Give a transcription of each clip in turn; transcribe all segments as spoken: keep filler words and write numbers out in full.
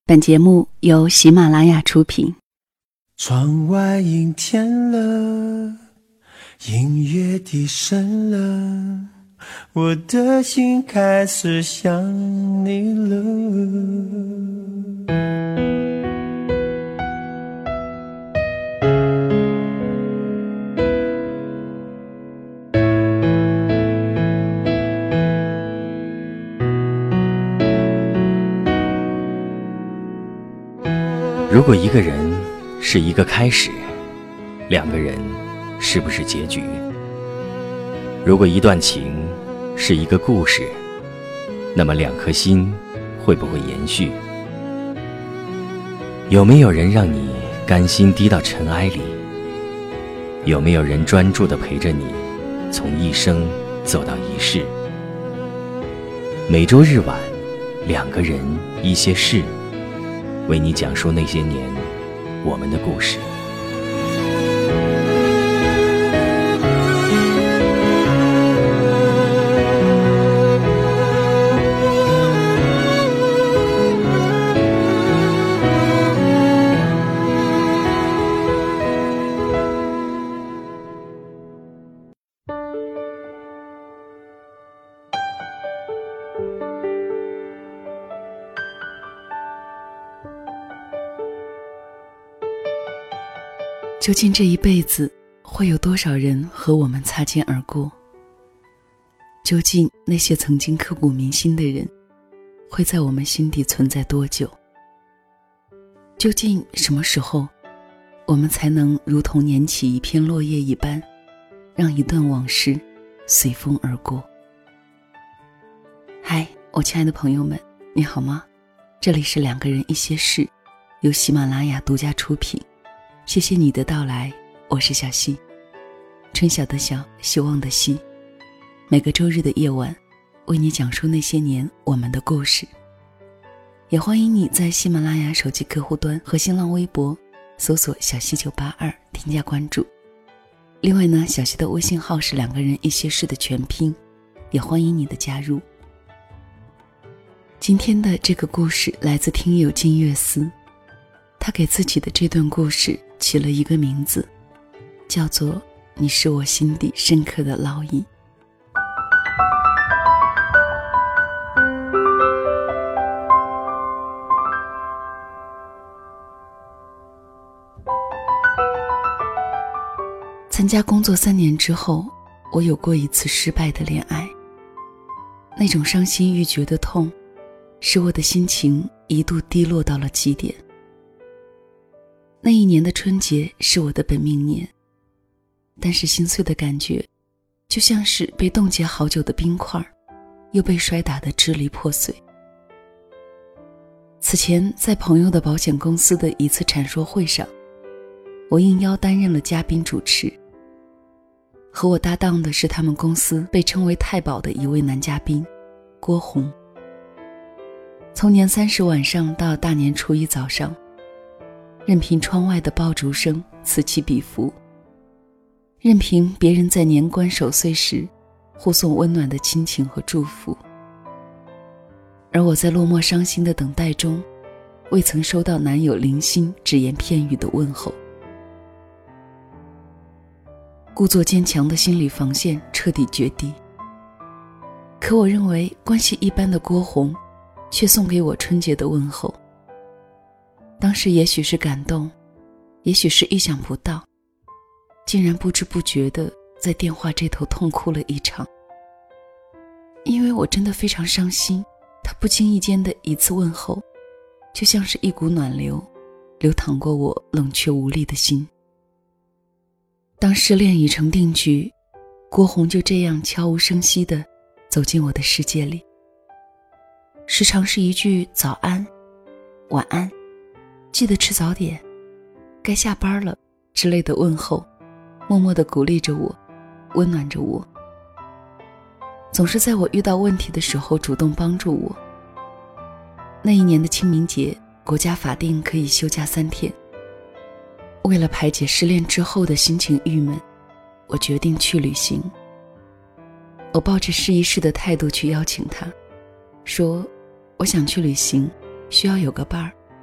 本节目由喜马拉雅出品。 窗外阴天了，音乐低声了，我的心开始想你了。 如果一个人是一个开始，两个人是不是结局？如果一段情是一个故事，那么两颗心会不会延续？有没有人让你甘心低到尘埃里？有没有人专注地陪着你，从一生走到一世？每周日晚，两个人一些事，为你讲述那些年我们的故事。 究竟这一辈子会有多少人和我们擦肩而过？究竟那些曾经刻骨铭心的人会在我们心底存在多久？究竟什么时候我们才能如同捻起一片落叶一般，让一段往事随风而过？嗨，我亲爱的朋友们，你好吗？这里是两个人一些事，由喜马拉雅独家出品。谢谢你的到来，我是小溪，春晓的晓，希望的希。每个周日的夜晚，为你讲述那些年我们的故事。也欢迎你在喜马拉雅手机客户端和新浪微博搜索小溪九八二添加关注。另外呢，小溪的微信号是两个人一些事的全拼，也欢迎你的加入。今天的这个故事来自听友金月思，他给自己的这段故事起了一个名字，叫做你是我心底深刻的烙印。参加工作三年之后，我有过一次失败的恋爱，那种伤心欲绝的痛使我的心情一度低落到了极点。那一年的春节是我的本命年，但是心碎的感觉就像是被冻结好久的冰块，又被摔打得支离破碎。此前在朋友的保险公司的一次阐说会上，我应邀担任了嘉宾主持，和我搭档的是他们公司被称为太保的一位男嘉宾郭红。从年三十晚上到大年初一早上，任凭窗外的爆竹声此起彼伏，任凭别人在年关守岁时互送温暖的亲情和祝福，而我在落寞伤心的等待中，未曾收到男友零星只言片语的问候。故作坚强的心理防线彻底决堤，可我认为关系一般的郭红却送给我春节的问候。当时也许是感动，也许是意想不到，竟然不知不觉地在电话这头痛哭了一场。因为我真的非常伤心，他不经意间的一次问候，就像是一股暖流流淌过我冷却无力的心。当失恋已成定局，郭红就这样悄无声息地走进我的世界里，时常是一句早安、晚安，记得吃早点，该下班了之类的问候，默默地鼓励着我，温暖着我，总是在我遇到问题的时候主动帮助我。那一年的清明节，国家法定可以休假三天，为了排解失恋之后的心情郁闷，我决定去旅行。我抱着试一试的态度去邀请他，说我想去旅行，需要有个伴儿，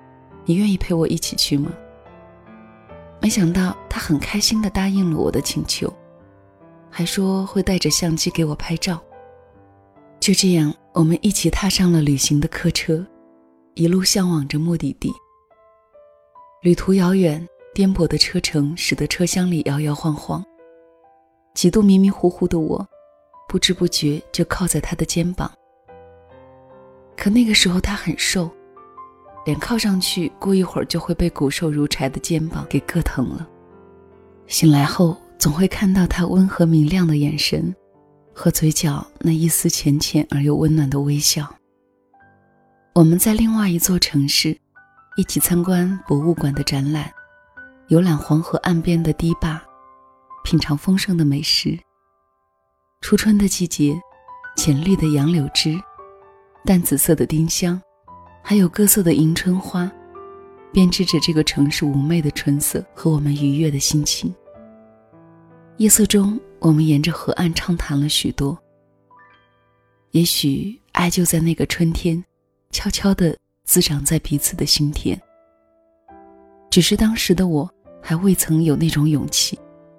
你愿意陪我一起去吗？没想到他很开心地答应了我的请求，还说会带着相机给我拍照。就这样，我们一起踏上了旅行的客车，一路向往着目的地。旅途遥远，颠簸的车程使得车厢里摇摇晃晃，极度迷迷糊糊的我不知不觉就靠在他的肩膀。可那个时候他很瘦，脸靠上去过一会儿就会被骨瘦如柴的肩膀给硌疼了。醒来后总会看到他温和明亮的眼神和嘴角那一丝浅浅而又温暖的微笑。我们在另外一座城市一起参观博物馆的展览，游览黄河岸边的堤坝，品尝丰盛的美食。初春的季节，浅绿的杨柳枝，淡紫色的丁香，还有各色的迎春花，编织着这个城市妩媚的春色和我们愉悦的心情。夜色中，我们沿着河岸畅谈了许多。也许爱就在那个春天悄悄地滋长在彼此的心田，只是当时的我还未曾有那种勇气。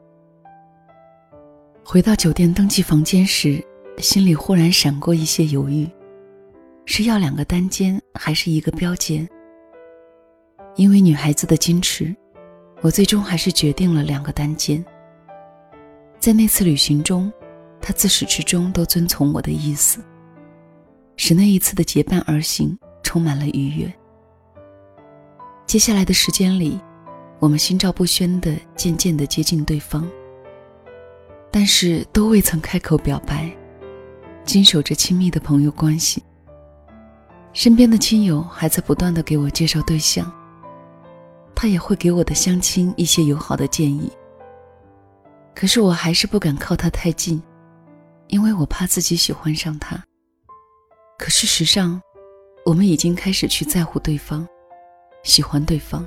回到酒店登记房间时，心里忽然闪过一些犹豫，是要两个单间还是一个标间？因为女孩子的矜持，我最终还是决定了两个单间。在那次旅行中，她自始至终都遵从我的意思，使那一次的结伴而行充满了愉悦。接下来的时间里，我们心照不宣地渐渐地接近对方，但是都未曾开口表白，坚守着亲密的朋友关系。身边的亲友还在不断地给我介绍对象，他也会给我的相亲一些友好的建议。可是我还是不敢靠他太近，因为我怕自己喜欢上他。可事实上，我们已经开始去在乎对方，喜欢对方。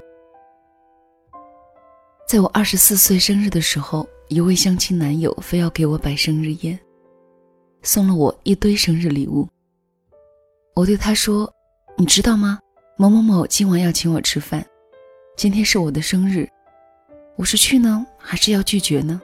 在我二十四岁生日的时候，一位相亲男友非要给我摆生日宴，送了我一堆生日礼物。我对他说，你知道吗？某某某今晚要请我吃饭，今天是我的生日，我是去呢，还是要拒绝呢？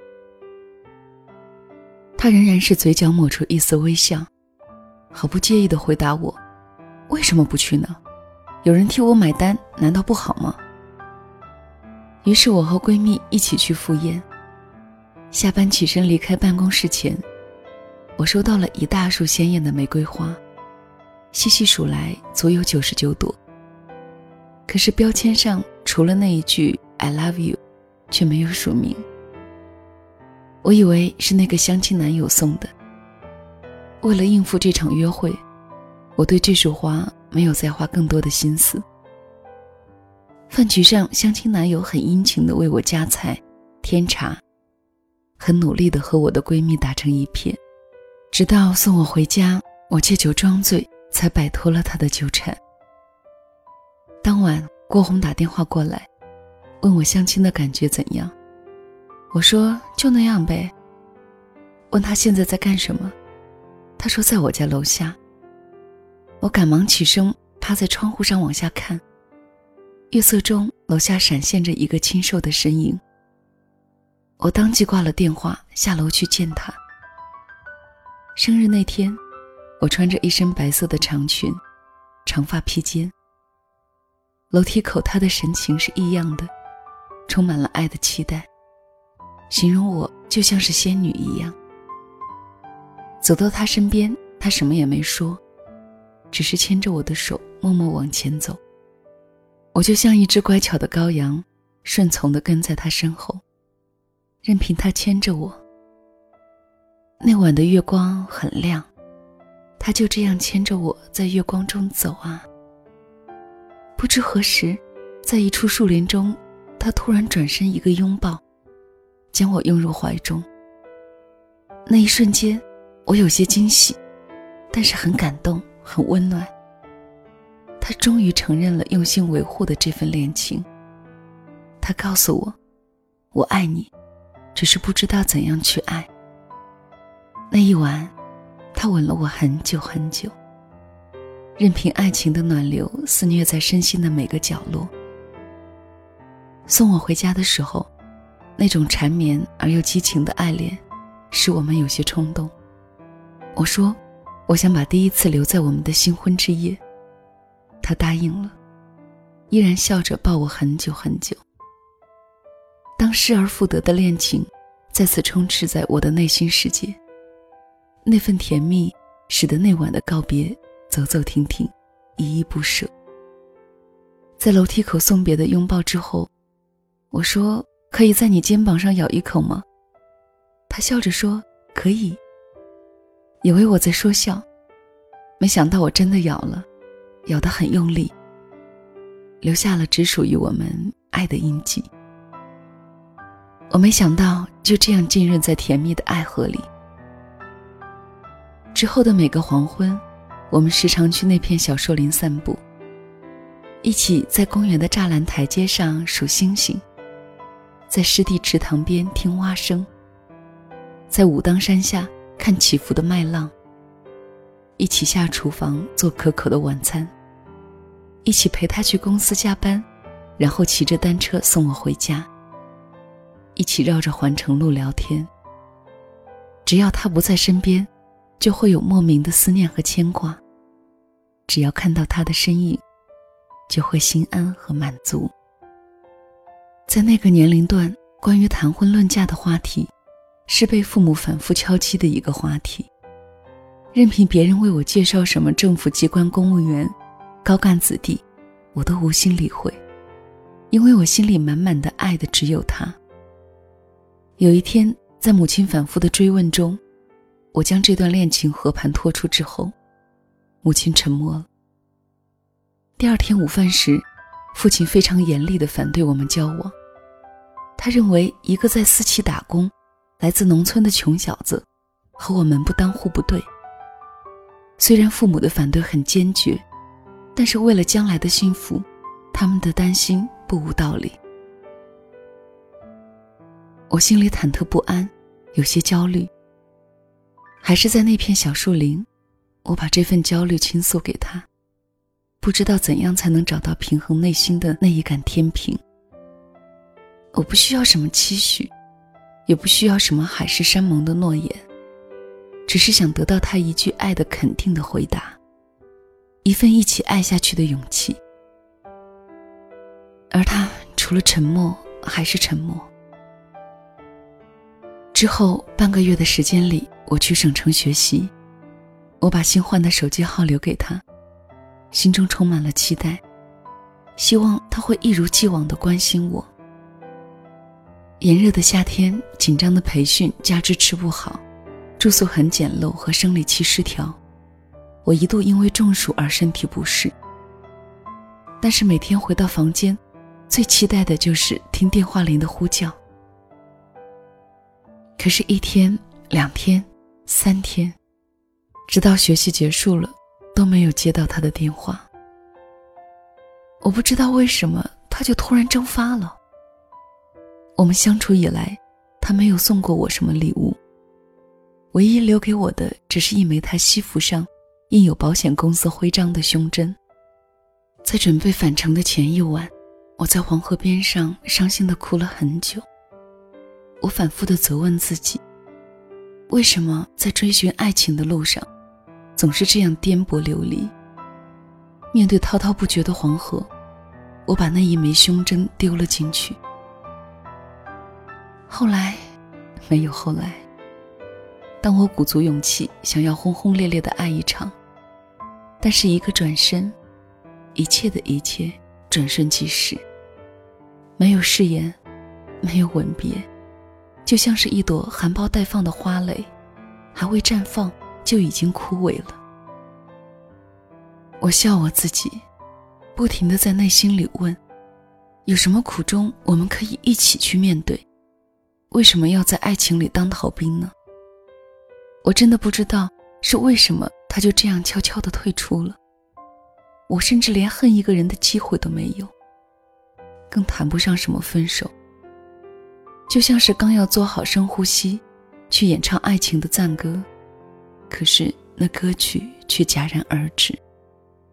他仍然是嘴角抹出一丝微笑，毫不介意地回答我，为什么不去呢？有人替我买单，难道不好吗？于是我和闺蜜一起去赴宴。下班起身离开办公室前，我收到了一大束鲜艳的玫瑰花，细细数来足有九十九朵。可是标签上除了那一句 I love you 却没有署名。我以为是那个相亲男友送的。为了应付这场约会，我对这束花没有再花更多的心思。饭局上，相亲男友很殷勤地为我夹菜添茶，很努力地和我的闺蜜打成一片，直到送我回家，我借酒装醉才摆脱了他的纠缠。当晚郭红打电话过来，问我相亲的感觉怎样。我说就那样呗。问他现在在干什么，他说在我家楼下。我赶忙起身趴在窗户上往下看，月色中楼下闪现着一个清瘦的身影。我当即挂了电话，下楼去见他。生日那天，我穿着一身白色的长裙，长发披肩。楼梯口他的神情是异样的，充满了爱的期待，形容我就像是仙女一样。走到他身边，他什么也没说，只是牵着我的手默默往前走。我就像一只乖巧的羔羊，顺从地跟在他身后，任凭他牵着我。那晚的月光很亮，他就这样牵着我在月光中走啊。不知何时，在一处树林中，他突然转身一个拥抱，将我拥入怀中。那一瞬间，我有些惊喜，但是很感动，很温暖。他终于承认了用心维护的这份恋情。他告诉我，我爱你，只是不知道怎样去爱。那一晚，他吻了我很久很久。 任凭爱情的暖流肆虐在身心的每个角落。送我回家的时候，那种缠绵而又激情的爱恋使我们有些冲动。我说我想把第一次留在我们的新婚之夜，他答应了，依然笑着抱我很久很久。当失而复得的恋情再次充斥在我的内心世界，那份甜蜜使得那晚的告别走走停停，依依不舍。在楼梯口送别的拥抱之后，我说可以在你肩膀上咬一口吗？他笑着说可以。以为我在说笑，没想到我真的咬了，咬得很用力，留下了只属于我们爱的印记。我没想到就这样浸润在甜蜜的爱河里。之后的每个黄昏，我们时常去那片小树林散步，一起在公园的栅栏台阶上数星星，在湿地池塘边听蛙声，在武当山下看起伏的麦浪，一起下厨房做可口的晚餐，一起陪他去公司加班，然后骑着单车送我回家，一起绕着环城路聊天。只要他不在身边，就会有莫名的思念和牵挂，只要看到他的身影，就会心安和满足。在那个年龄段，关于谈婚论嫁的话题是被父母反复敲击的一个话题，任凭别人为我介绍什么政府机关公务员、高干子弟，我都无心理会，因为我心里满满的爱的只有他。有一天，在母亲反复的追问中，我将这段恋情和盘托出之后，母亲沉默了。第二天午饭时，父亲非常严厉地反对我们交往。他认为一个在私企打工、来自农村的穷小子和我门不当户不对。虽然父母的反对很坚决，但是为了将来的幸福，他们的担心不无道理。我心里忐忑不安，有些焦虑。还是在那片小树林，我把这份焦虑倾诉给他，不知道怎样才能找到平衡内心的那一杆天平。我不需要什么期许，也不需要什么海誓山盟的诺言，只是想得到他一句爱的肯定的回答，一份一起爱下去的勇气。而他除了沉默还是沉默。之后半个月的时间里，我去省城学习，我把新换的手机号留给他，心中充满了期待，希望他会一如既往地关心我。炎热的夏天，紧张的培训加之吃不好，住宿很简陋和生理期失调，我一度因为中暑而身体不适。但是每天回到房间，最期待的就是听电话铃的呼叫。可是一天、两天、三天，直到学习结束了，都没有接到他的电话。我不知道为什么，他就突然蒸发了。我们相处以来，他没有送过我什么礼物，唯一留给我的只是一枚他西服上印有保险公司徽章的胸针。在准备返程的前一晚，我在黄河边上伤心地哭了很久。我反复地责问自己，为什么在追寻爱情的路上总是这样颠簸流离？面对滔滔不绝的黄河，我把那一枚胸针丢了进去。后来没有后来，当我鼓足勇气想要轰轰烈烈的爱一场，但是一个转身，一切的一切转瞬即逝，没有誓言，没有吻别，就像是一朵含苞待放的花蕾，还未绽放就已经枯萎了。我笑我自己，不停地在内心里问，有什么苦衷我们可以一起去面对？为什么要在爱情里当逃兵呢？我真的不知道是为什么他就这样悄悄地退出了。我甚至连恨一个人的机会都没有，更谈不上什么分手。就像是刚要做好深呼吸，去演唱爱情的赞歌，可是那歌曲却戛然而止。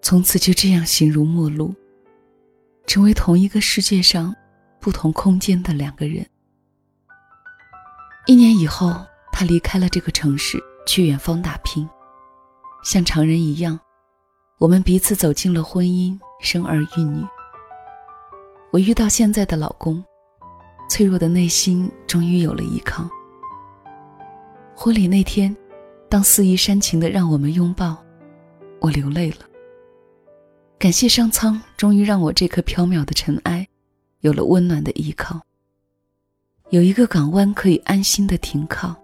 从此就这样形如陌路，成为同一个世界上不同空间的两个人。一年以后，他离开了这个城市，去远方打拼。像常人一样，我们彼此走进了婚姻，生儿育女。我遇到现在的老公，脆弱的内心终于有了依靠。婚礼那天，当肆意煽情的让我们拥抱，我流泪了。感谢上苍，终于让我这颗缥缈的尘埃有了温暖的依靠，有一个港湾可以安心的停靠。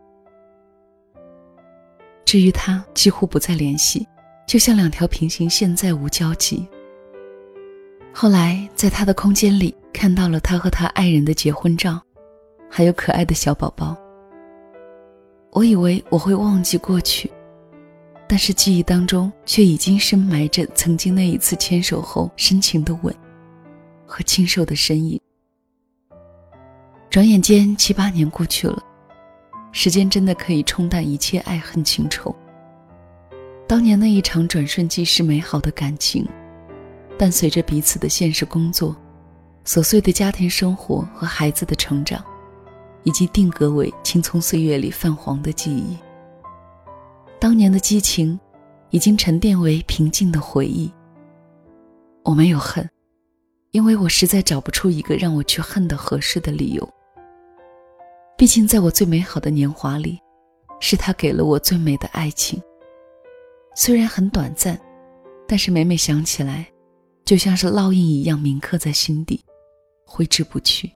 至于他，几乎不再联系，就像两条平行线再无交集。后来在他的空间里看到了他和他爱人的结婚照，还有可爱的小宝宝。我以为我会忘记过去，但是记忆当中却已经深埋着曾经那一次牵手后深情的吻和清瘦的身影。转眼间七八年过去了，时间真的可以冲淡一切爱恨情仇。当年那一场转瞬即逝美好的感情，伴随着彼此的现实工作、琐碎的家庭生活和孩子的成长，以及定格为青葱岁月里泛黄的记忆。当年的激情已经沉淀为平静的回忆。我没有恨，因为我实在找不出一个让我去恨的合适的理由。毕竟在我最美好的年华里，是他给了我最美的爱情。虽然很短暂，但是每每想起来，就像是烙印一样铭刻在心底，挥之不去。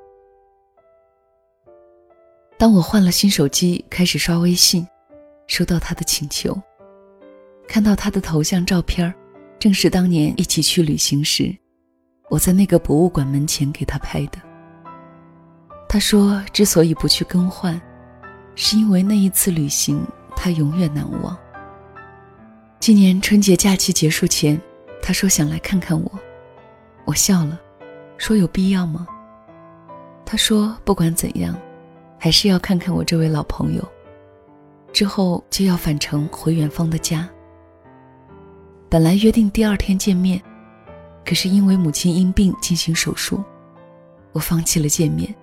当我换了新手机，开始刷微信，收到他的请求，看到他的头像照片，正是当年一起去旅行时，我在那个博物馆门前给他拍的。他说之所以不去更换，是因为那一次旅行他永远难忘。今年春节假期结束前，他说想来看看我，我笑了，说有必要吗？他说不管怎样，还是要看看我这位老朋友，之后就要返程回远方的家。本来约定第二天见面，可是因为母亲因病进行手术，我放弃了见面。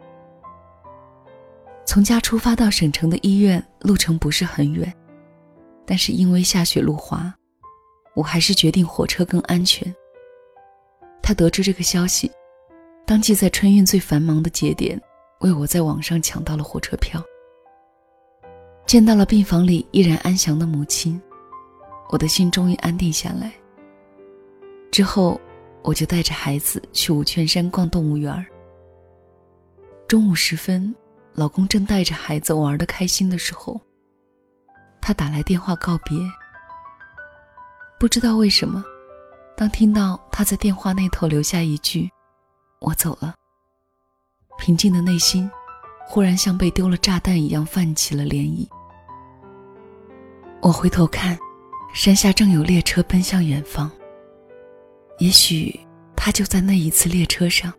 从家出发到省城的医院，路程不是很远，但是因为下雪路滑，我还是决定火车更安全。他得知这个消息，当即在春运最繁忙的节点，为我在网上抢到了火车票。见到了病房里依然安详的母亲，我的心终于安定下来。之后我就带着孩子去五泉山逛动物园。中午时分，老公正带着孩子玩得开心的时候，他打来电话告别。不知道为什么，当听到他在电话那头留下一句我走了，平静的内心忽然像被丢了炸弹一样泛起了涟漪。我回头看，山下正有列车奔向远方，也许他就在那一次列车上。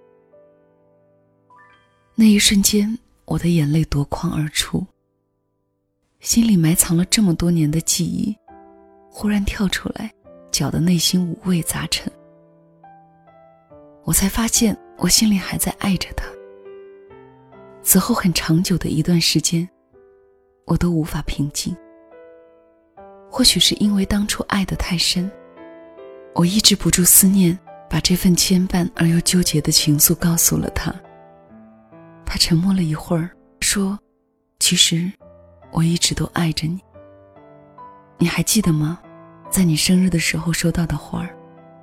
那一瞬间，我的眼泪夺眶而出，心里埋藏了这么多年的记忆忽然跳出来，搅得内心五味杂陈。我才发现我心里还在爱着他。此后很长久的一段时间，我都无法平静。或许是因为当初爱得太深，我抑制不住思念，把这份牵绊而又纠结的情愫告诉了他。他沉默了一会儿，说其实我一直都爱着你。你还记得吗？在你生日的时候收到的花儿。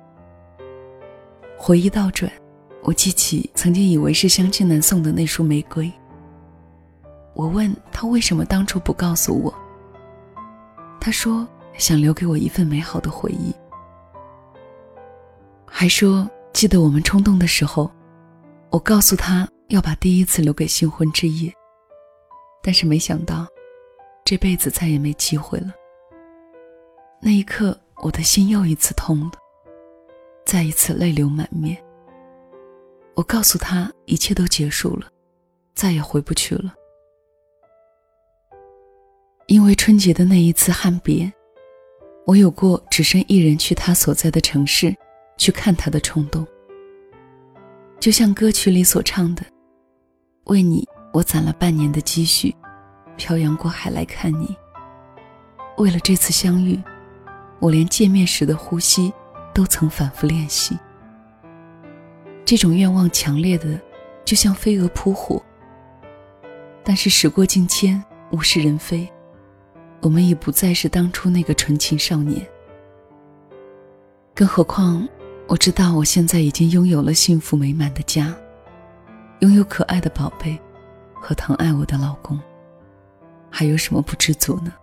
回忆倒转，我记起曾经以为是相亲男送的那束玫瑰。我问他为什么当初不告诉我，他说想留给我一份美好的回忆，还说记得我们冲动的时候，我告诉他要把第一次留给新婚之夜，但是没想到这辈子再也没机会了。那一刻，我的心又一次痛了，再一次泪流满面。我告诉他一切都结束了，再也回不去了。因为春节的那一次憾别， 我有过只身一人去他所在的城市去看他的冲动。就像歌曲里所唱的，为你我攒了半年的积蓄，漂洋过海来看你。为了这次相遇，我连见面时的呼吸都曾反复练习。这种愿望强烈的就像飞蛾扑火，但是时过境迁，物是人非，我们已不再是当初那个纯情少年。更何况我知道我现在已经拥有了幸福美满的家，拥有可爱的宝贝和疼爱我的老公，还有什么不知足呢？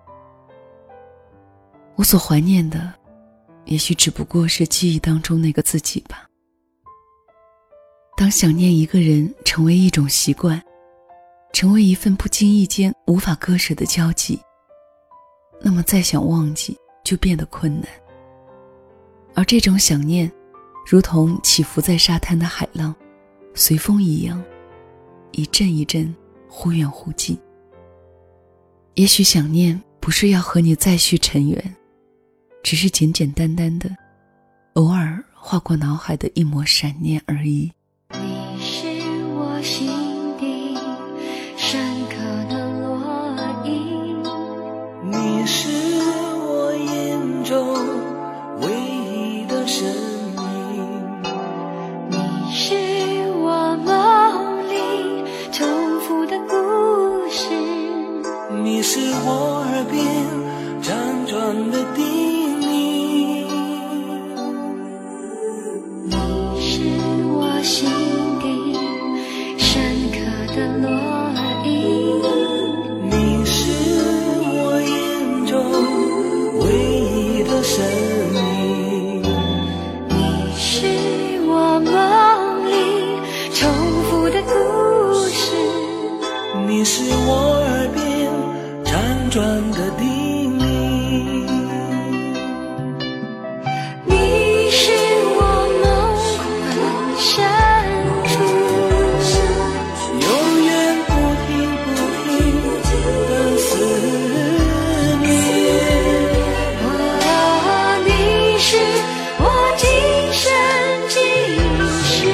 我所怀念的也许只不过是记忆当中那个自己吧。当想念一个人成为一种习惯，成为一份不经意间无法割舍的交集，那么再想忘记就变得困难。而这种想念如同起伏在沙滩的海浪，随风一样，一阵一阵，忽远忽近。也许想念不是要和你再续尘缘，只是简简单单的偶尔划过脑海的一抹闪念而已。 你是我心底深刻的烙印， 你是我眼中唯一的生命， 你是我梦里重复的故事， 你是我耳边辗转的叮咛， 你是我心底深刻的烙印， 你是我眼中唯一的生命， 你是我梦里重复的故事， 你是我耳边辗转的叮咛， 你是我梦魂深处永远不停不停的思念， 哦，你是我今生今世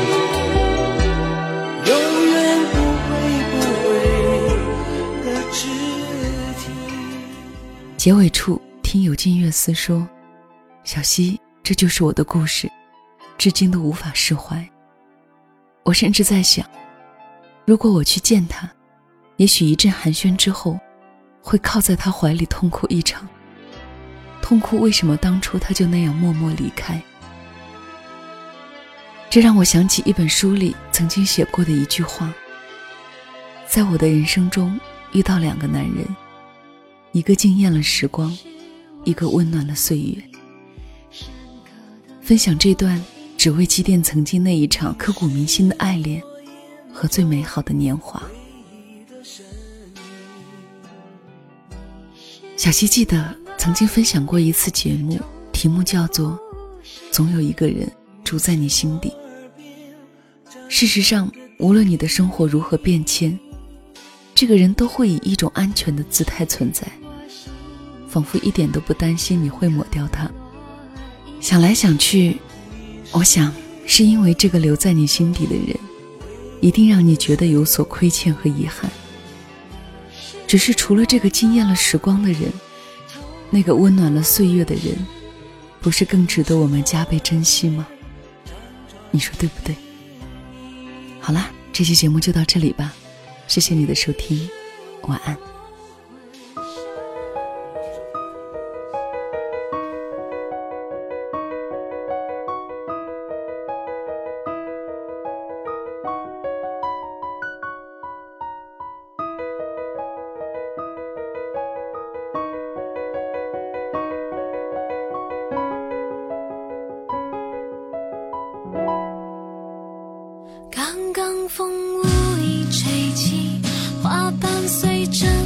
永远不会不会的肢体。 结尾处听有静月思说，小溪，这就是我的故事，至今都无法释怀。我甚至在想，如果我去见他，也许一阵寒暄之后，会靠在他怀里痛哭一场，痛哭为什么当初他就那样默默离开。这让我想起一本书里曾经写过的一句话，在我的人生中遇到两个男人，一个惊艳了时光，一个温暖了岁月。分享这段只为祭奠曾经那一场刻骨铭心的爱恋和最美好的年华。小溪记得曾经分享过一次节目，题目叫做总有一个人住在你心底。事实上，无论你的生活如何变迁，这个人都会以一种安全的姿态存在，仿佛一点都不担心你会抹掉他。想来想去，我想是因为这个留在你心底的人一定让你觉得有所亏欠和遗憾。只是除了这个惊艳了时光的人，那个温暖了岁月的人，不是更值得我们加倍珍惜吗？你说对不对？好啦，这期节目就到这里吧，谢谢你的收听，晚安。 刚刚风无意吹起，花瓣随着